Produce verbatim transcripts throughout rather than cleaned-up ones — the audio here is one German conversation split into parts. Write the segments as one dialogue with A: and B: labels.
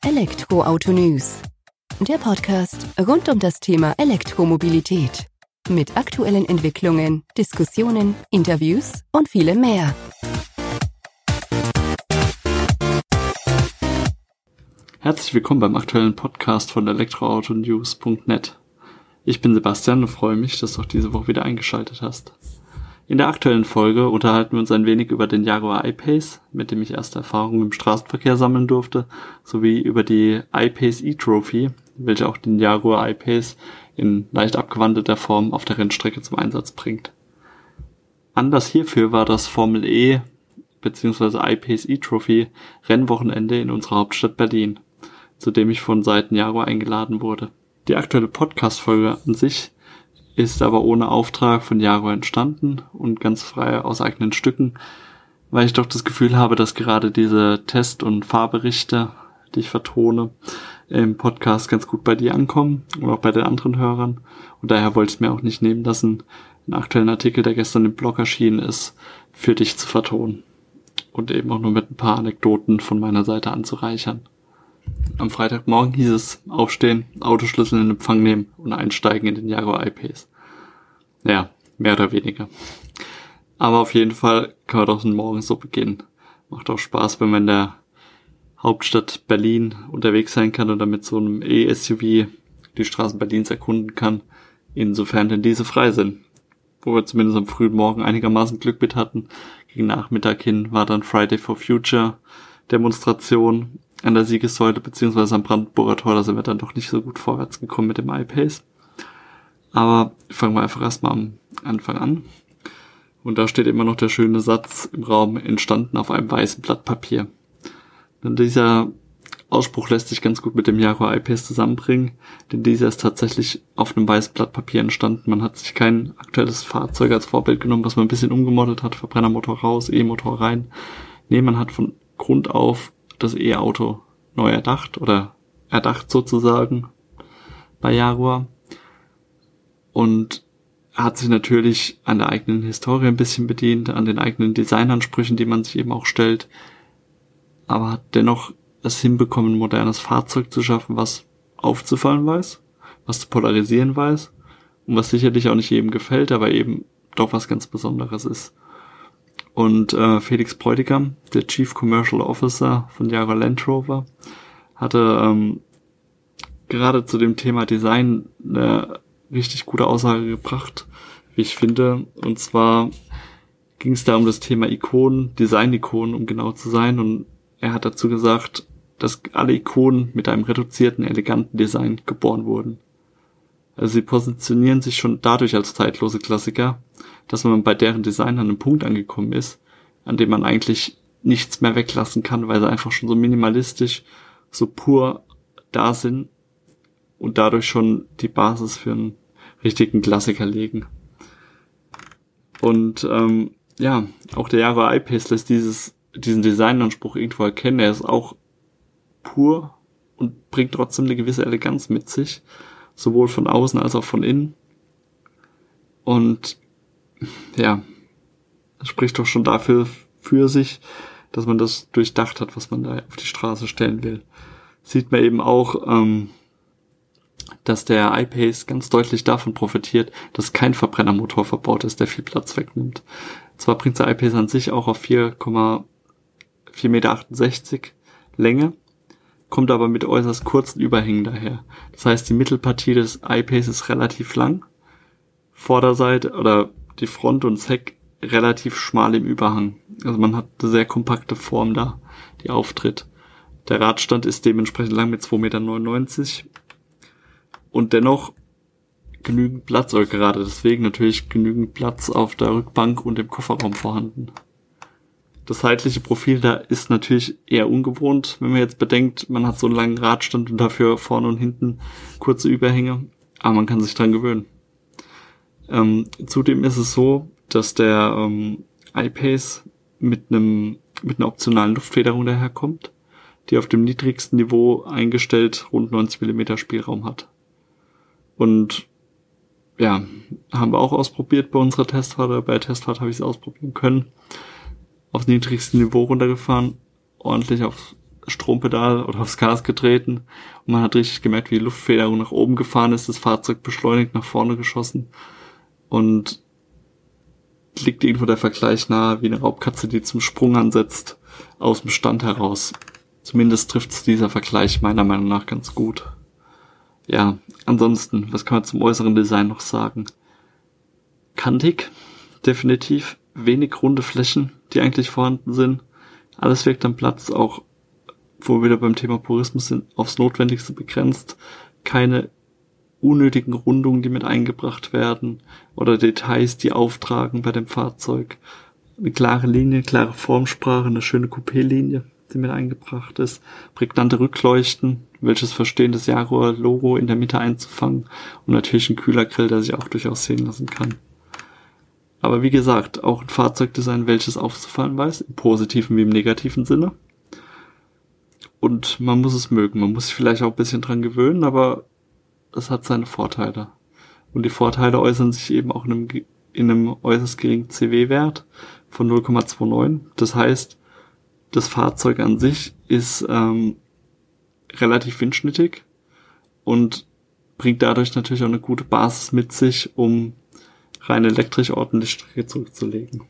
A: Elektroauto News, der Podcast rund um das Thema Elektromobilität. Mit aktuellen Entwicklungen, Diskussionen, Interviews und vielem mehr.
B: Herzlich willkommen beim aktuellen Podcast von elektroauto news punkt net. Ich bin Sebastian und freue mich, dass du auch diese Woche wieder eingeschaltet hast. In der aktuellen Folge unterhalten wir uns ein wenig über den Jaguar I-Pace, mit dem ich erste Erfahrungen im Straßenverkehr sammeln durfte, sowie über die I-Pace E-Trophy, welche auch den Jaguar I-Pace in leicht abgewandelter Form auf der Rennstrecke zum Einsatz bringt. Anlass hierfür war das Formel E bzw. I-Pace E-Trophy Rennwochenende in unserer Hauptstadt Berlin, zu dem ich von Seiten Jaguar eingeladen wurde. Die aktuelle Podcast-Folge an sich ist aber ohne Auftrag von Jaguar entstanden und ganz frei aus eigenen Stücken, weil ich doch das Gefühl habe, dass gerade diese Test- und Fahrberichte, die ich vertone, im Podcast ganz gut bei dir ankommen und auch bei den anderen Hörern. Und daher wollte ich es mir auch nicht nehmen lassen, einen aktuellen Artikel, der gestern im Blog erschienen ist, für dich zu vertonen und eben auch nur mit ein paar Anekdoten von meiner Seite anzureichern. Am Freitagmorgen hieß es aufstehen, Autoschlüssel in Empfang nehmen und einsteigen in den Jaguar I-Pace. Ja, mehr oder weniger. Aber auf jeden Fall kann man doch morgens so beginnen. Macht auch Spaß, wenn man in der Hauptstadt Berlin unterwegs sein kann und dann mit so einem E-S U V die Straßen Berlins erkunden kann, insofern denn diese frei sind. Wo wir zumindest am frühen Morgen einigermaßen Glück mit hatten. Gegen Nachmittag hin war dann Friday for Future Demonstration an der Siegessäule beziehungsweise am Brandenburger Tor, da sind wir dann doch nicht so gut vorwärts gekommen mit dem I-Pace. Aber fangen wir einfach erstmal am Anfang an. Und da steht immer noch der schöne Satz im Raum, entstanden auf einem weißen Blatt Papier. Und dieser Ausspruch lässt sich ganz gut mit dem Jaguar I-Pace zusammenbringen, denn dieser ist tatsächlich auf einem weißen Blatt Papier entstanden. Man hat sich kein aktuelles Fahrzeug als Vorbild genommen, was man ein bisschen umgemodelt hat, Verbrennermotor raus, E-Motor rein. Nee, man hat von Grund auf das E-Auto neu erdacht oder erdacht sozusagen bei Jaguar und hat sich natürlich an der eigenen Historie ein bisschen bedient, an den eigenen Designansprüchen, die man sich eben auch stellt, aber hat dennoch es hinbekommen, ein modernes Fahrzeug zu schaffen, was aufzufallen weiß, was zu polarisieren weiß und was sicherlich auch nicht jedem gefällt, aber eben doch was ganz Besonderes ist. Und äh, Felix Bräutigam, der Chief Commercial Officer von Jaguar Land Rover, hatte ähm, gerade zu dem Thema Design eine richtig gute Aussage gebracht, wie ich finde. Und zwar ging es da um das Thema Ikonen, Design-Ikonen, um genau zu sein. Und er hat dazu gesagt, dass alle Ikonen mit einem reduzierten, eleganten Design geboren wurden. Also sie positionieren sich schon dadurch als zeitlose Klassiker, dass man bei deren Design an einem Punkt angekommen ist, an dem man eigentlich nichts mehr weglassen kann, weil sie einfach schon so minimalistisch, so pur da sind und dadurch schon die Basis für einen richtigen Klassiker legen. Und ähm, ja, auch der Jaguar I-Pace lässt dieses, diesen Designanspruch irgendwo erkennen. Er ist auch pur und bringt trotzdem eine gewisse Eleganz mit sich, sowohl von außen als auch von innen. Und ja, das spricht doch schon dafür für sich, dass man das durchdacht hat, was man da auf die Straße stellen will. Sieht man eben auch, ähm, dass der I-Pace ganz deutlich davon profitiert, dass kein Verbrennermotor verbaut ist, der viel Platz wegnimmt. Zwar bringt der I-Pace an sich auch auf vier Komma achtundsechzig Meter Länge, kommt aber mit äußerst kurzen Überhängen daher. Das heißt, die Mittelpartie des I-Pace ist relativ lang, Vorderseite oder die Front und das Heck relativ schmal im Überhang. Also man hat eine sehr kompakte Form da, die auftritt. Der Radstand ist dementsprechend lang mit zwei Komma neunundneunzig Meter und dennoch genügend Platz, oder gerade deswegen natürlich genügend Platz auf der Rückbank und im Kofferraum vorhanden. Das seitliche Profil da ist natürlich eher ungewohnt, wenn man jetzt bedenkt, man hat so einen langen Radstand und dafür vorne und hinten kurze Überhänge, aber man kann sich dran gewöhnen. Ähm, zudem ist es so, dass der ähm, I-Pace mit einem mit einer optionalen Luftfederung daherkommt, die auf dem niedrigsten Niveau eingestellt rund neunzig Millimeter Spielraum hat. Und ja, haben wir auch ausprobiert bei unserer Testfahrt, oder bei der Testfahrt habe ich es ausprobieren können. Aufs niedrigste Niveau runtergefahren, ordentlich auf Strompedal oder aufs Gas getreten und man hat richtig gemerkt, wie die Luftfederung nach oben gefahren ist, das Fahrzeug beschleunigt nach vorne geschossen und liegt irgendwo der Vergleich nahe wie eine Raubkatze, die zum Sprung ansetzt, aus dem Stand heraus. Zumindest trifft dieser Vergleich meiner Meinung nach ganz gut. Ja, ansonsten, was kann man zum äußeren Design noch sagen? Kantig, definitiv. Wenig runde Flächen, die eigentlich vorhanden sind. Alles wirkt am Platz, auch wo wir wieder beim Thema Purismus sind, aufs Notwendigste begrenzt. Keine unnötigen Rundungen, die mit eingebracht werden oder Details, die auftragen bei dem Fahrzeug. Eine klare Linie, klare Formsprache, eine schöne Coupé-Linie, die mit eingebracht ist. Prägnante Rückleuchten, welches verstehen, das Jaguar-Logo in der Mitte einzufangen und natürlich ein Kühlergrill, der sich auch durchaus sehen lassen kann. Aber wie gesagt, auch ein Fahrzeugdesign, welches aufzufallen weiß, im positiven wie im negativen Sinne. Und man muss es mögen, man muss sich vielleicht auch ein bisschen dran gewöhnen, aber es hat seine Vorteile. Und die Vorteile äußern sich eben auch in einem, in einem äußerst geringen C W-Wert von null Komma neunundzwanzig. Das heißt, das Fahrzeug an sich ist ähm, relativ windschnittig und bringt dadurch natürlich auch eine gute Basis mit sich, um rein elektrisch ordentlich Strecke zurückzulegen.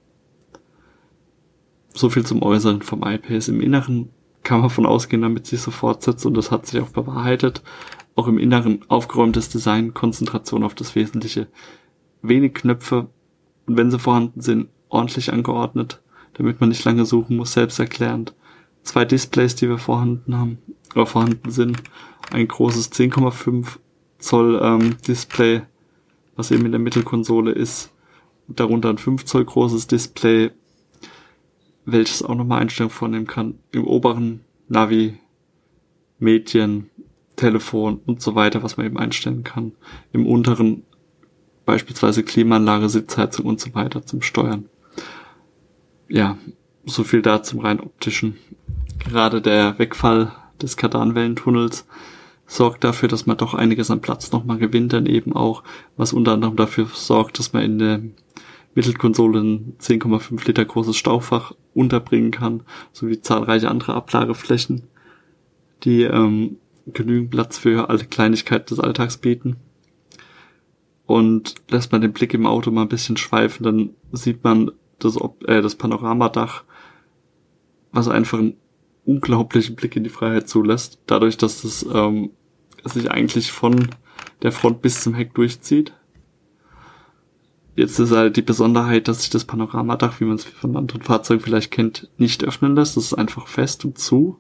B: So viel zum Äußeren vom I-Pace. Im Inneren kann man davon ausgehen, damit sich so fortsetzt, und das hat sich auch bewahrheitet. Auch im Inneren aufgeräumtes Design, Konzentration auf das Wesentliche. Wenig Knöpfe und wenn sie vorhanden sind, ordentlich angeordnet, damit man nicht lange suchen muss, selbsterklärend. Zwei Displays, die wir vorhanden haben, oder vorhanden sind. Ein großes zehn Komma fünf Zoll ähm, Display, was eben in der Mittelkonsole ist. Darunter ein fünf Zoll großes Display, welches auch nochmal Einstellungen vornehmen kann. Im oberen Navi, Medien, Telefon und so weiter, was man eben einstellen kann. Im unteren beispielsweise Klimaanlage, Sitzheizung und so weiter zum Steuern. Ja, so viel da zum rein optischen. Gerade der Wegfall des Kardanwellentunnels sorgt dafür, dass man doch einiges an Platz nochmal gewinnt, dann eben auch, was unter anderem dafür sorgt, dass man in der Mittelkonsole ein zehn Komma fünf Liter großes Staufach unterbringen kann, sowie zahlreiche andere Ablageflächen, die ähm, genügend Platz für alle Kleinigkeiten des Alltags bieten. Und lässt man den Blick im Auto mal ein bisschen schweifen, dann sieht man das, äh, das Panoramadach, was einfach einen unglaublichen Blick in die Freiheit zulässt, dadurch, dass es ähm, sich eigentlich von der Front bis zum Heck durchzieht. Jetzt ist halt die Besonderheit, dass sich das Panoramadach, wie man es von anderen Fahrzeugen vielleicht kennt, nicht öffnen lässt. Das ist einfach fest und zu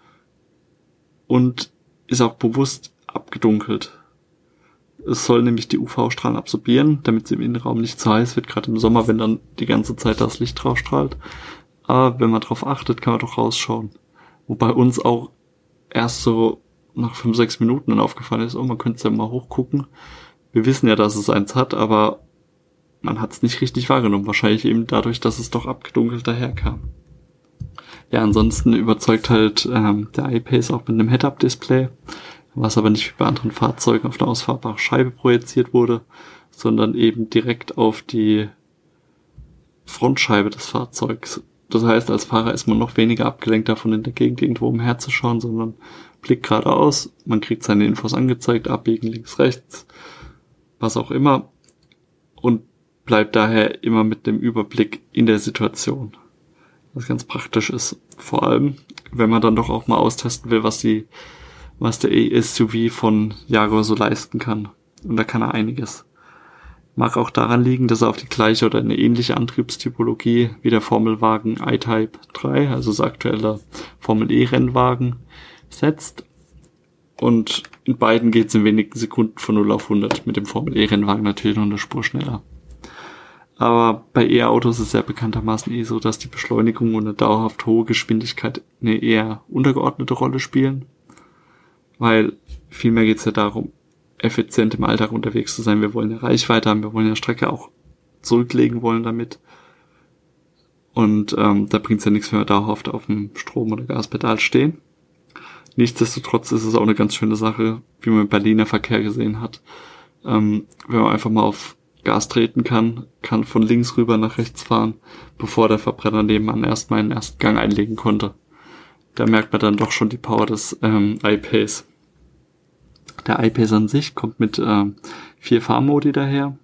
B: und ist auch bewusst abgedunkelt. Es soll nämlich die U V-Strahlen absorbieren, damit es im Innenraum nicht zu heiß wird, gerade im Sommer, wenn dann die ganze Zeit das Licht drauf strahlt. Aber wenn man drauf achtet, kann man doch rausschauen. Wobei uns auch erst so nach fünf, sechs Minuten dann aufgefallen ist, oh, man könnte es ja mal hochgucken. Wir wissen ja, dass es eins hat, aber man hat es nicht richtig wahrgenommen. Wahrscheinlich eben dadurch, dass es doch abgedunkelt daherkam. Ja, ansonsten überzeugt halt ähm, der I-Pace auch mit einem Head-Up-Display, was aber nicht wie bei anderen Fahrzeugen auf eine ausfahrbare Scheibe projiziert wurde, sondern eben direkt auf die Frontscheibe des Fahrzeugs. Das heißt, als Fahrer ist man noch weniger abgelenkt davon, in der Gegend irgendwo umherzuschauen, sondern blickt geradeaus, man kriegt seine Infos angezeigt, abbiegen, links, rechts, was auch immer, und bleibt daher immer mit dem Überblick in der Situation, was ganz praktisch ist. Vor allem, wenn man dann doch auch mal austesten will, was die, was der S U V von Jaguar so leisten kann. Und da kann er einiges. Mag auch daran liegen, dass er auf die gleiche oder eine ähnliche Antriebstypologie wie der Formelwagen I-Type drei, also das aktuelle Formel-E-Rennwagen, setzt. Und in beiden geht es in wenigen Sekunden von null auf hundert, mit dem Formel-E-Rennwagen natürlich noch eine Spur schneller. Aber bei E-Autos ist es ja bekanntermaßen eh so, dass die Beschleunigung und eine dauerhaft hohe Geschwindigkeit eine eher untergeordnete Rolle spielen. Weil vielmehr geht es ja darum, effizient im Alltag unterwegs zu sein. Wir wollen ja Reichweite haben, wir wollen ja Strecke auch zurücklegen wollen damit. Und ähm, da bringt es ja nichts, wenn wir dauerhaft auf dem Strom- oder Gaspedal stehen. Nichtsdestotrotz ist es auch eine ganz schöne Sache, wie man im Berliner Verkehr gesehen hat. Ähm, wenn man einfach mal auf Gas treten kann, kann von links rüber nach rechts fahren, bevor der Verbrenner nebenan erstmal einen ersten Gang einlegen konnte. da merkt man dann doch schon die Power des ähm, I-Pace. Der I-Pace an sich kommt mit ähm, vier Fahrmodi daher.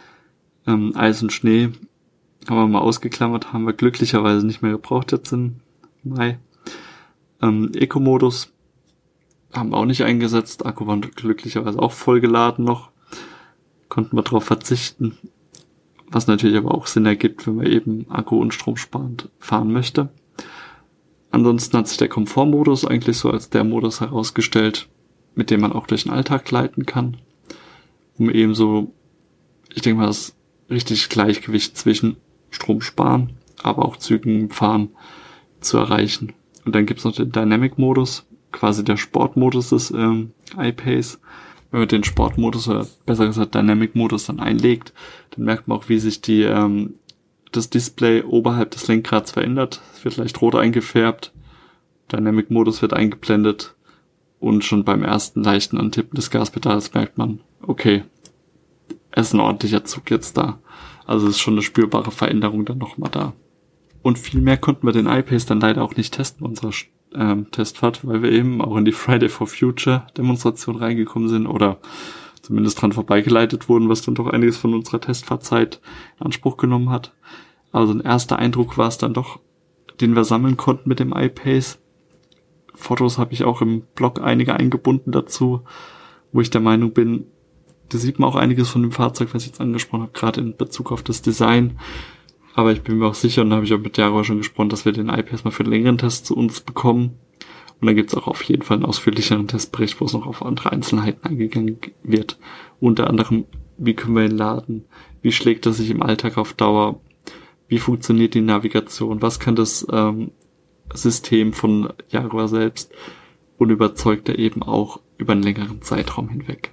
B: Ähm, Eis und Schnee haben wir mal ausgeklammert, haben wir glücklicherweise nicht mehr gebraucht jetzt im Mai. Ähm, Eco-Modus haben wir auch nicht eingesetzt. Akku war glücklicherweise auch vollgeladen noch. Konnten wir darauf verzichten. Was natürlich aber auch Sinn ergibt, wenn man eben Akku- und stromsparend fahren möchte. Ansonsten hat sich der Komfortmodus eigentlich so als der Modus herausgestellt, mit dem man auch durch den Alltag gleiten kann. Um eben so, ich denke mal, das richtige Gleichgewicht zwischen Strom sparen, aber auch zügigem Fahren zu erreichen. Und dann gibt's noch den Dynamic-Modus, quasi der Sportmodus des ähm, I-Pace. Wenn man den Sportmodus oder besser gesagt Dynamic-Modus dann einlegt, dann merkt man auch, wie sich die ähm, das Display oberhalb des Lenkrads verändert. Es wird leicht rot eingefärbt, Dynamic-Modus wird eingeblendet und schon beim ersten leichten Antippen des Gaspedals merkt man, okay, es ist ein ordentlicher Zug jetzt da. Also es ist schon eine spürbare Veränderung dann nochmal da. Und viel mehr konnten wir den I-Pace dann leider auch nicht testen bei unserer ähm, Testfahrt, weil wir eben auch in die Friday for Future Demonstration reingekommen sind oder zumindest dran vorbeigeleitet wurden, was dann doch einiges von unserer Testfahrzeit in Anspruch genommen hat. Also ein erster Eindruck war es dann doch, den wir sammeln konnten mit dem I-Pace. Fotos habe ich auch im Blog einige eingebunden dazu, wo ich der Meinung bin, da sieht man auch einiges von dem Fahrzeug, was ich jetzt angesprochen habe, gerade in Bezug auf das Design. Aber ich bin mir auch sicher, und da habe ich auch mit Jaguar schon gesprochen, dass wir den I-Pace mal für einen längeren Test zu uns bekommen. Und dann gibt's auch auf jeden Fall einen ausführlicheren Testbericht, wo es noch auf andere Einzelheiten eingegangen wird. Unter anderem, wie können wir ihn laden? Wie schlägt er sich im Alltag auf Dauer? Wie funktioniert die Navigation? Was kann das ähm, System von Jaguar selbst? Und überzeugt er eben auch über einen längeren Zeitraum hinweg.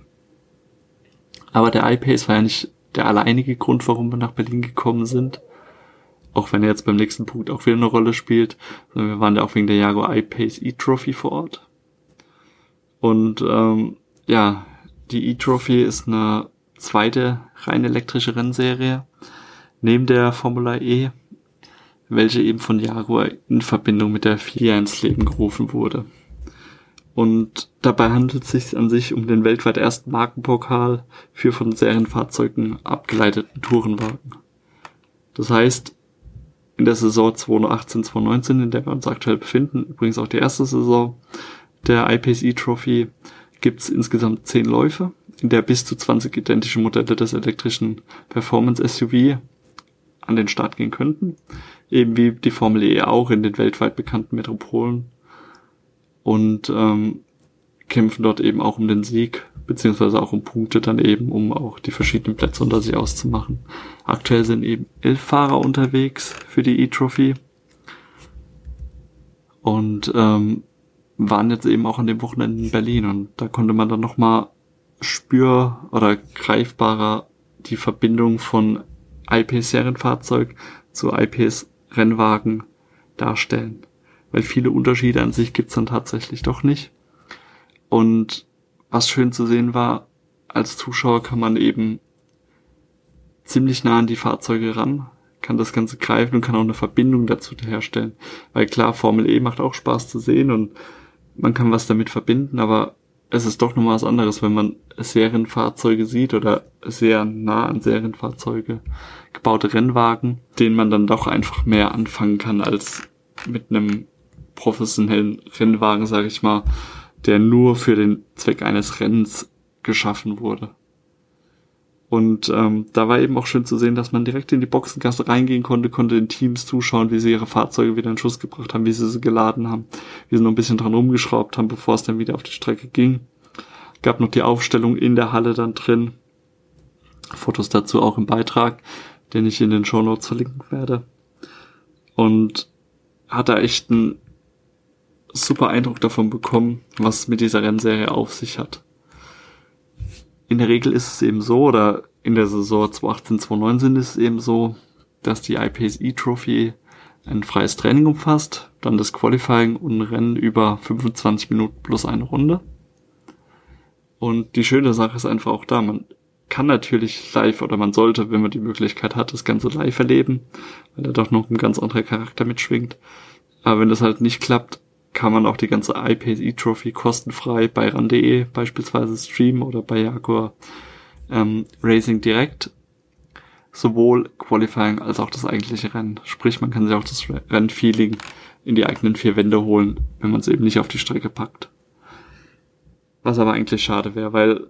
B: Aber der I-Pace war ja nicht der alleinige Grund, warum wir nach Berlin gekommen sind. Auch wenn er jetzt beim nächsten Punkt auch wieder eine Rolle spielt. Wir waren ja auch wegen der Jaguar I-Pace E-Trophy vor Ort. Und ähm, ja, die E-Trophy ist eine zweite rein elektrische Rennserie neben der Formula E, welche eben von Jaguar in Verbindung mit der F I A ins Leben gerufen wurde. Und dabei handelt es sich an sich um den weltweit ersten Markenpokal für von Serienfahrzeugen abgeleiteten Tourenwagen. Das heißt, in der Saison zwanzig achtzehn zwanzig neunzehn, in der wir uns aktuell befinden, übrigens auch die erste Saison der I-Pace E-Trophy, gibt es insgesamt zehn Läufe, in der bis zu zwanzig identische Modelle des elektrischen Performance-S U V an den Start gehen könnten. Eben wie die Formel E auch in den weltweit bekannten Metropolen. Und ähm, kämpfen dort eben auch um den Sieg, beziehungsweise auch um Punkte dann eben, um auch die verschiedenen Plätze unter sich auszumachen. Aktuell sind eben elf Fahrer unterwegs für die E-Trophy und ähm, waren jetzt eben auch an dem Wochenende in Berlin und da konnte man dann nochmal spür- oder greifbarer die Verbindung von I-Pace-Serienfahrzeug zu I-Pace-Rennwagen darstellen. Weil viele Unterschiede an sich gibt's dann tatsächlich doch nicht. Und was schön zu sehen war, als Zuschauer kann man eben ziemlich nah an die Fahrzeuge ran, kann das Ganze greifen und kann auch eine Verbindung dazu herstellen. Weil klar, Formel E macht auch Spaß zu sehen und man kann was damit verbinden, aber es ist doch nochmal was anderes, wenn man Serienfahrzeuge sieht oder sehr nah an Serienfahrzeuge gebaute Rennwagen, denen man dann doch einfach mehr anfangen kann als mit einem professionellen Rennwagen, sage ich mal, der nur für den Zweck eines Rennens geschaffen wurde. Und ähm, da war eben auch schön zu sehen, dass man direkt in die Boxengasse reingehen konnte, konnte den Teams zuschauen, wie sie ihre Fahrzeuge wieder in Schuss gebracht haben, wie sie sie geladen haben, wie sie noch ein bisschen dran rumgeschraubt haben, bevor es dann wieder auf die Strecke ging. Gab noch die Aufstellung in der Halle dann drin. Fotos dazu auch im Beitrag, den ich in den Shownotes verlinken werde. Und hat da echt einen super Eindruck davon bekommen, was es mit dieser Rennserie auf sich hat. In der Regel ist es eben so, oder in der Saison zwanzig achtzehn zwanzig neunzehn ist es eben so, dass die I-Pace E-Trophy ein freies Training umfasst, dann das Qualifying und ein Rennen über fünfundzwanzig Minuten plus eine Runde. Und die schöne Sache ist einfach auch da, man kann natürlich live, oder man sollte, wenn man die Möglichkeit hat, das Ganze live erleben, weil da doch noch ein ganz anderer Charakter mitschwingt. Aber wenn das halt nicht klappt, kann man auch die ganze I-Pace E-Trophy kostenfrei bei ran punkt de beispielsweise streamen oder bei Jaguar ähm, Racing direkt. Sowohl Qualifying als auch das eigentliche Rennen. Sprich, man kann sich auch das Rennfeeling in die eigenen vier Wände holen, wenn man es eben nicht auf die Strecke packt. Was aber eigentlich schade wäre, weil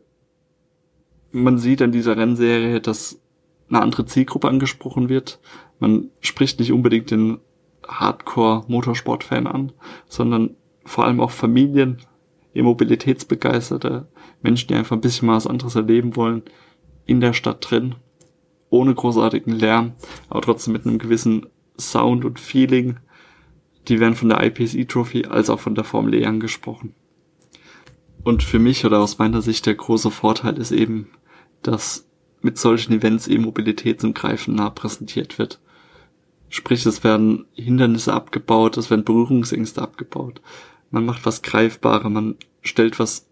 B: man sieht an dieser Rennserie, dass eine andere Zielgruppe angesprochen wird. Man spricht nicht unbedingt den Hardcore-Motorsport-Fan an, sondern vor allem auch Familien, E-Mobilitätsbegeisterte, Menschen, die einfach ein bisschen mal was anderes erleben wollen, in der Stadt drin, ohne großartigen Lärm, aber trotzdem mit einem gewissen Sound und Feeling. Die werden von der I-Pace E-Trophy als auch von der Formel E angesprochen. Und für mich oder aus meiner Sicht der große Vorteil ist eben, dass mit solchen Events E-Mobilität zum Greifen nah präsentiert wird. Sprich, es werden Hindernisse abgebaut, es werden Berührungsängste abgebaut. Man macht was greifbarer, man stellt was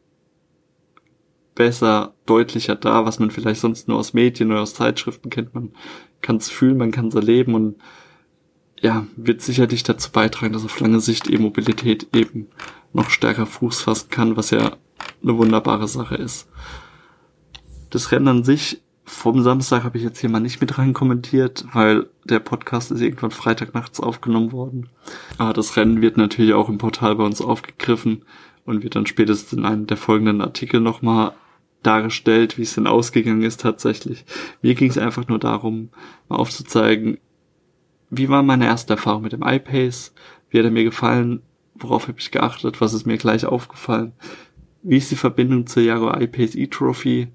B: besser, deutlicher dar, was man vielleicht sonst nur aus Medien oder aus Zeitschriften kennt. Man kann es fühlen, man kann es erleben und ja, wird sicherlich dazu beitragen, dass auf lange Sicht E-Mobilität eben noch stärker Fuß fassen kann, was ja eine wunderbare Sache ist. Das Rennen an sich vom Samstag habe ich jetzt hier mal nicht mit rein kommentiert, weil der Podcast ist irgendwann Freitagnachts aufgenommen worden. Aber das Rennen wird natürlich auch im Portal bei uns aufgegriffen und wird dann spätestens in einem der folgenden Artikel nochmal dargestellt, wie es denn ausgegangen ist tatsächlich. Mir ging es einfach nur darum, mal aufzuzeigen, wie war meine erste Erfahrung mit dem I-Pace, wie hat er mir gefallen, worauf habe ich geachtet, was ist mir gleich aufgefallen, wie ist die Verbindung zur Jaguar I-Pace E-Trophy,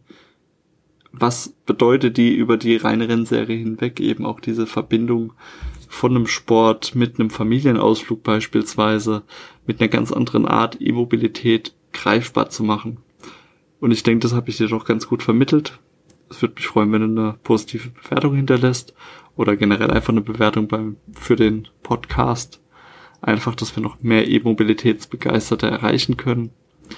B: was bedeutet die über die reine Rennserie hinweg, eben auch diese Verbindung von einem Sport mit einem Familienausflug beispielsweise, mit einer ganz anderen Art E-Mobilität greifbar zu machen. Und ich denke, das habe ich dir doch ganz gut vermittelt. Es würde mich freuen, wenn du eine positive Bewertung hinterlässt oder generell einfach eine Bewertung beim, für den Podcast. Einfach, dass wir noch mehr E-Mobilitätsbegeisterte erreichen können.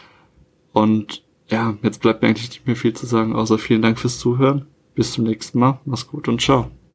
B: Und ja, jetzt bleibt mir eigentlich nicht mehr viel zu sagen, außer vielen Dank fürs Zuhören. Bis zum nächsten Mal. Mach's gut und ciao.